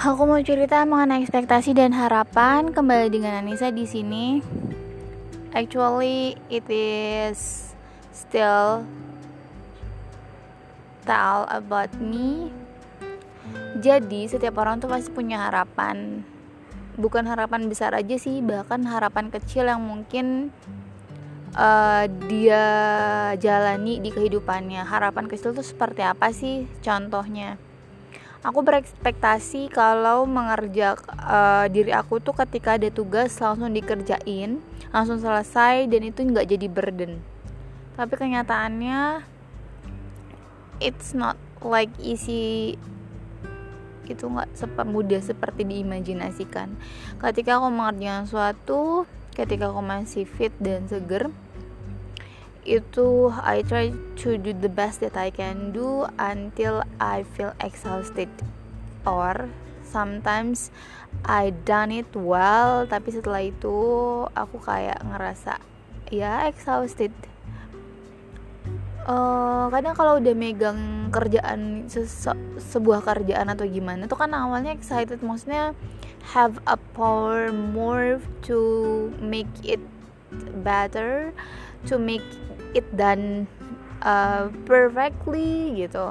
Aku mau cerita mengenai ekspektasi dan harapan. Kembali dengan Anissa di sini. Actually, it is still tell about me. Jadi, setiap orang tuh pasti punya harapan. Bukan harapan besar aja sih, bahkan harapan kecil yang mungkin dia jalani di kehidupannya. Harapan kecil tuh seperti apa sih? Contohnya, aku berekspektasi kalau diri aku tuh ketika ada tugas langsung dikerjain, langsung selesai, dan itu nggak jadi burden. Tapi kenyataannya it's not like easy. Itu nggak mudah seperti diimajinasikan. Ketika aku mengerjakan sesuatu, ketika aku masih fit dan seger, itu I try to do the best that I can do until I feel exhausted, or sometimes I done it well, tapi setelah itu aku kayak ngerasa ya exhausted. Kadang kalau udah megang kerjaan sebuah kerjaan atau gimana tuh kan awalnya excited, maksudnya have a power more to make it better, to make it done perfectly gitu.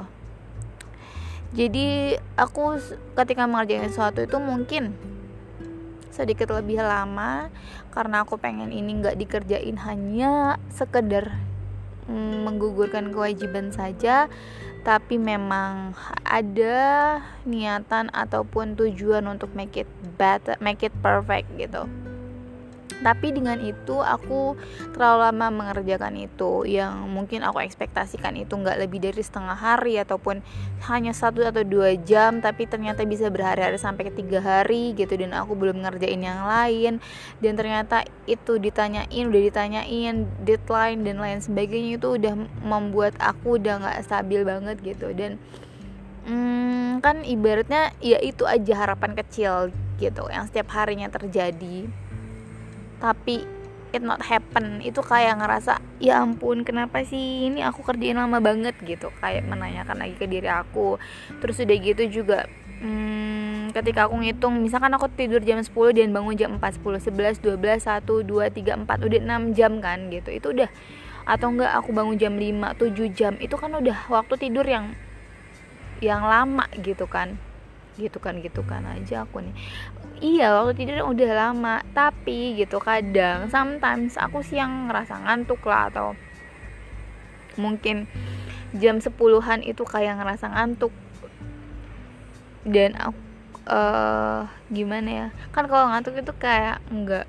Jadi aku ketika mengerjakan sesuatu itu mungkin sedikit lebih lama karena aku pengen ini nggak dikerjain hanya sekedar menggugurkan kewajiban saja, tapi memang ada niatan ataupun tujuan untuk make it better, make it perfect gitu. Tapi dengan itu aku terlalu lama mengerjakan itu, yang mungkin aku ekspektasikan itu gak lebih dari setengah hari ataupun hanya 1 atau 2 jam, tapi ternyata bisa berhari-hari sampai ke 3 hari gitu, dan aku belum ngerjain yang lain. Dan ternyata itu udah ditanyain deadline dan lain sebagainya, itu udah membuat aku udah gak stabil banget gitu. Dan kan ibaratnya ya itu aja harapan kecil gitu yang setiap harinya terjadi, tapi it not happen. Itu kayak ngerasa ya ampun, kenapa sih ini aku kerjain lama banget gitu, kayak menanyakan lagi ke diri aku. Terus udah gitu juga ketika aku ngitung, misalkan aku tidur jam 10 dan bangun jam 4, 10, 11, 12, 1, 2, 3, 4, udah 6 jam kan gitu. Itu udah, atau enggak aku bangun jam 5, 7 jam, itu kan udah waktu tidur yang lama gitu kan aja aku nih. Iya, waktu tidur udah lama, tapi gitu kadang sometimes aku siang ngerasa ngantuk lah, atau mungkin jam 10-an itu kayak ngerasa ngantuk. Dan aku gimana ya, kan kalau ngantuk itu kayak nggak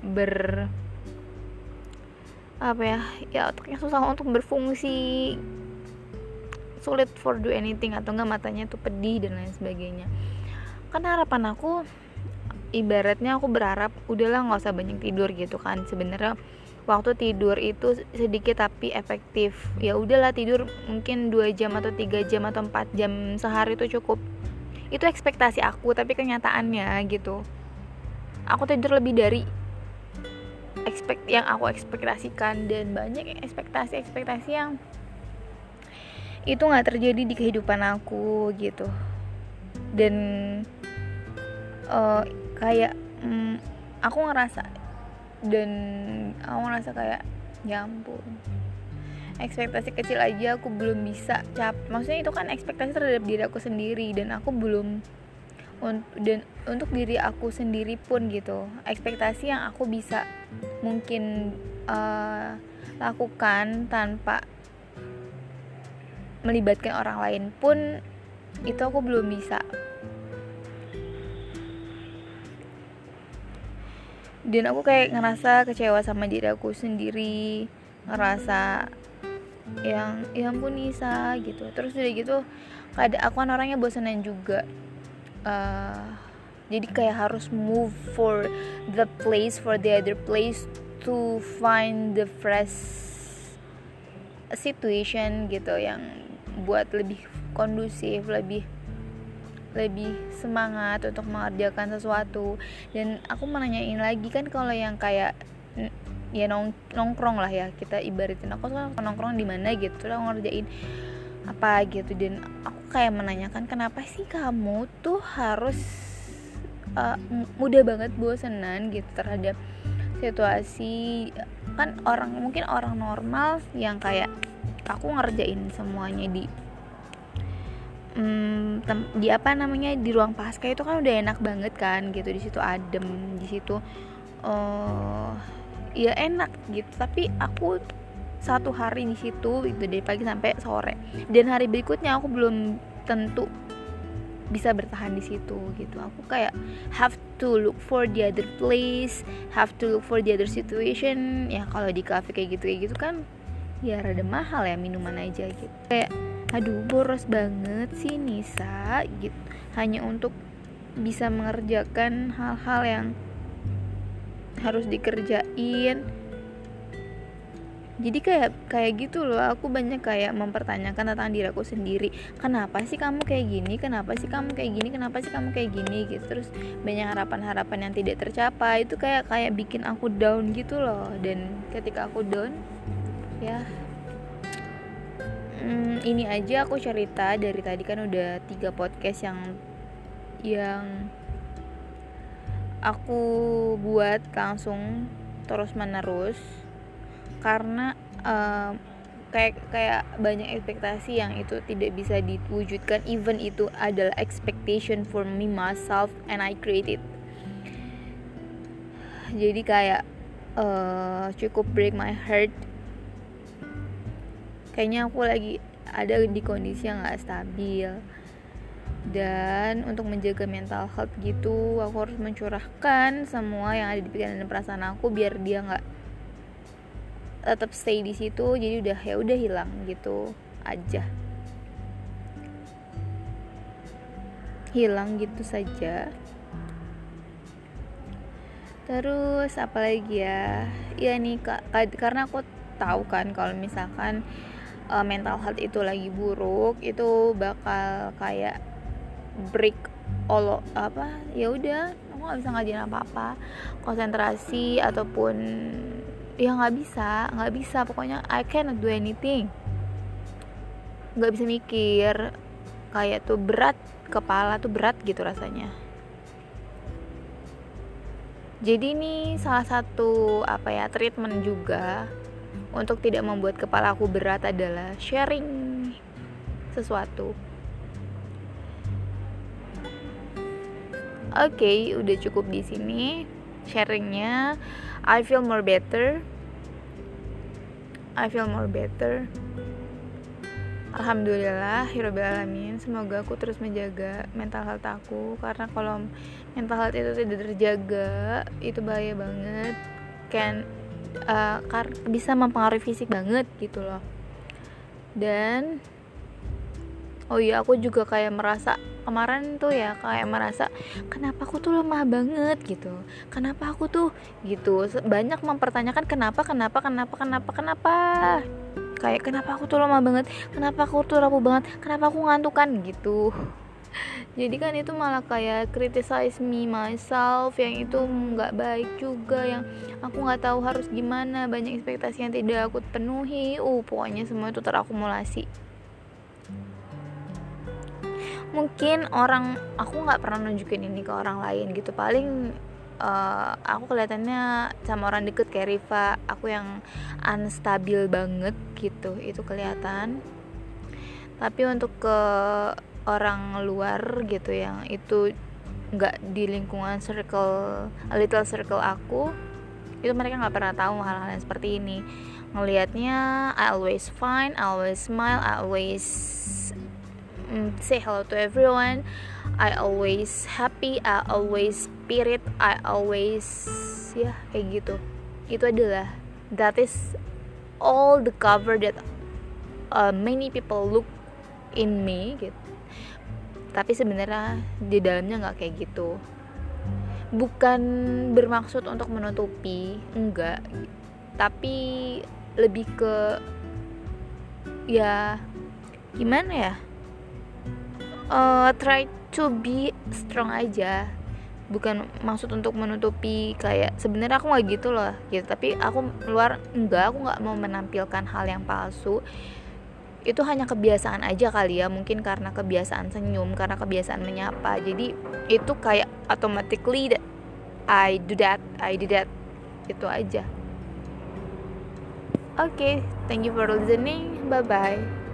otaknya susah untuk berfungsi, sulit for do anything, atau enggak matanya tuh pedih dan lain sebagainya. Kan harapan aku, ibaratnya aku berharap udahlah nggak usah banyak tidur gitu kan. Sebenarnya waktu tidur itu sedikit tapi efektif. Ya udahlah tidur mungkin 2 jam atau 3 jam atau 4 jam sehari itu cukup. Itu ekspektasi aku, tapi kenyataannya gitu, aku tidur lebih dari yang aku ekspektasikan, dan banyak ekspektasi yang itu nggak terjadi di kehidupan aku gitu. Dan kayak aku ngerasa kayak ya ampun, ekspektasi kecil aja aku belum bisa maksudnya itu kan ekspektasi terhadap diri aku sendiri, dan aku belum dan untuk diri aku sendiri pun gitu, ekspektasi yang aku bisa mungkin lakukan tanpa melibatkan orang lain pun, itu aku belum bisa. Dan aku kayak ngerasa kecewa sama diri aku sendiri, ngerasa yang ya ampun Nisa gitu. Terus udah gitu kadang aku kan orangnya bosanan juga, jadi kayak harus move for the other place to find the fresh situation gitu, yang buat lebih kondusif, lebih semangat untuk mengerjakan sesuatu. Dan aku menanyain lagi kan, kalau yang kayak ya nongkrong lah ya, kita ibaratin aku tuh nongkrong di mana gitu lah, ngerjain apa gitu. Dan aku kayak menanyakan, kenapa sih kamu tuh harus mudah banget bosenan gitu terhadap situasi. Kan mungkin orang normal yang kayak aku ngerjain semuanya di apa namanya, di ruang pasca itu kan udah enak banget kan gitu, di situ adem, di situ ya enak gitu. Tapi aku satu hari di situ itu dari pagi sampai sore, dan hari berikutnya aku belum tentu bisa bertahan di situ gitu. Aku kayak have to look for the other place, have to look for the other situation. Ya kalau di cafe kayak gitu kan ya rada mahal ya minuman aja gitu. Kayak aduh boros banget sih Nisa gitu, hanya untuk bisa mengerjakan hal-hal yang harus dikerjain. Jadi kayak gitu loh, aku banyak kayak mempertanyakan tentang diri aku sendiri. Kenapa sih kamu kayak gini? Kenapa sih kamu kayak gini? Kenapa sih kamu kayak gini gitu. Terus banyak harapan-harapan yang tidak tercapai. Itu kayak bikin aku down gitu loh. Dan ketika aku down, ya ini aja aku cerita dari tadi kan udah 3 podcast yang aku buat langsung terus menerus karena kayak banyak ekspektasi yang itu tidak bisa diwujudkan, even itu adalah expectation for me myself and I created. Jadi kayak cukup break my heart. Kayaknya aku lagi ada di kondisi yang gak stabil, dan untuk menjaga mental health gitu aku harus mencurahkan semua yang ada di pikiran dan perasaan aku biar dia gak tetap stay di situ. Jadi udah hilang gitu aja, hilang gitu saja. Terus apalagi ya nih karena aku tahu kan kalau misalkan mental health itu lagi buruk, itu bakal kayak break ya udah aku nggak bisa ngajarin apa-apa, konsentrasi ataupun ya nggak bisa pokoknya I cannot do anything, nggak bisa mikir, kayak tuh berat, kepala tuh berat gitu rasanya. Jadi ini salah satu treatment juga untuk tidak membuat kepala aku berat adalah sharing sesuatu. Oke, udah cukup di sini sharingnya. I feel more better. Alhamdulillahirabbil alamin. Semoga aku terus menjaga mental health aku, karena kalau mental health itu tidak terjaga itu bahaya banget, bisa mempengaruhi fisik banget gitu loh. Dan aku juga kayak merasa kemarin tuh kenapa aku tuh lemah banget gitu, kenapa aku tuh gitu, banyak mempertanyakan kenapa kayak kenapa aku tuh lemah banget, kenapa aku tuh rapuh banget, kenapa aku ngantukan gitu. Jadi kan itu malah kayak criticize me myself, yang itu nggak baik juga, yang aku nggak tahu harus gimana, banyak ekspektasi yang tidak aku penuhi. Pokoknya semua itu terakumulasi. Mungkin aku nggak pernah nunjukin ini ke orang lain gitu, paling aku kelihatannya sama orang deket kayak Riva, aku yang unstabil banget gitu, itu kelihatan. Tapi untuk ke orang luar gitu yang itu nggak di lingkungan little circle aku, itu mereka nggak pernah tahu hal-hal yang seperti ini. Ngelihatnya I always fine, I always smile, I always say hello to everyone, I always happy, I always spirit, I always kayak gitu. Itu adalah, that is all the cover that many people look in me gitu. Tapi sebenarnya di dalamnya nggak kayak gitu. Bukan bermaksud untuk menutupi, enggak, tapi lebih ke gimana ya, try to be strong aja, bukan maksud untuk menutupi kayak sebenarnya aku nggak gitu loh gitu. Tapi aku aku nggak mau menampilkan hal yang palsu, itu hanya kebiasaan aja kali ya, mungkin karena kebiasaan senyum, karena kebiasaan menyapa, jadi itu kayak automatically I do that itu aja. Oke, thank you for listening, bye bye.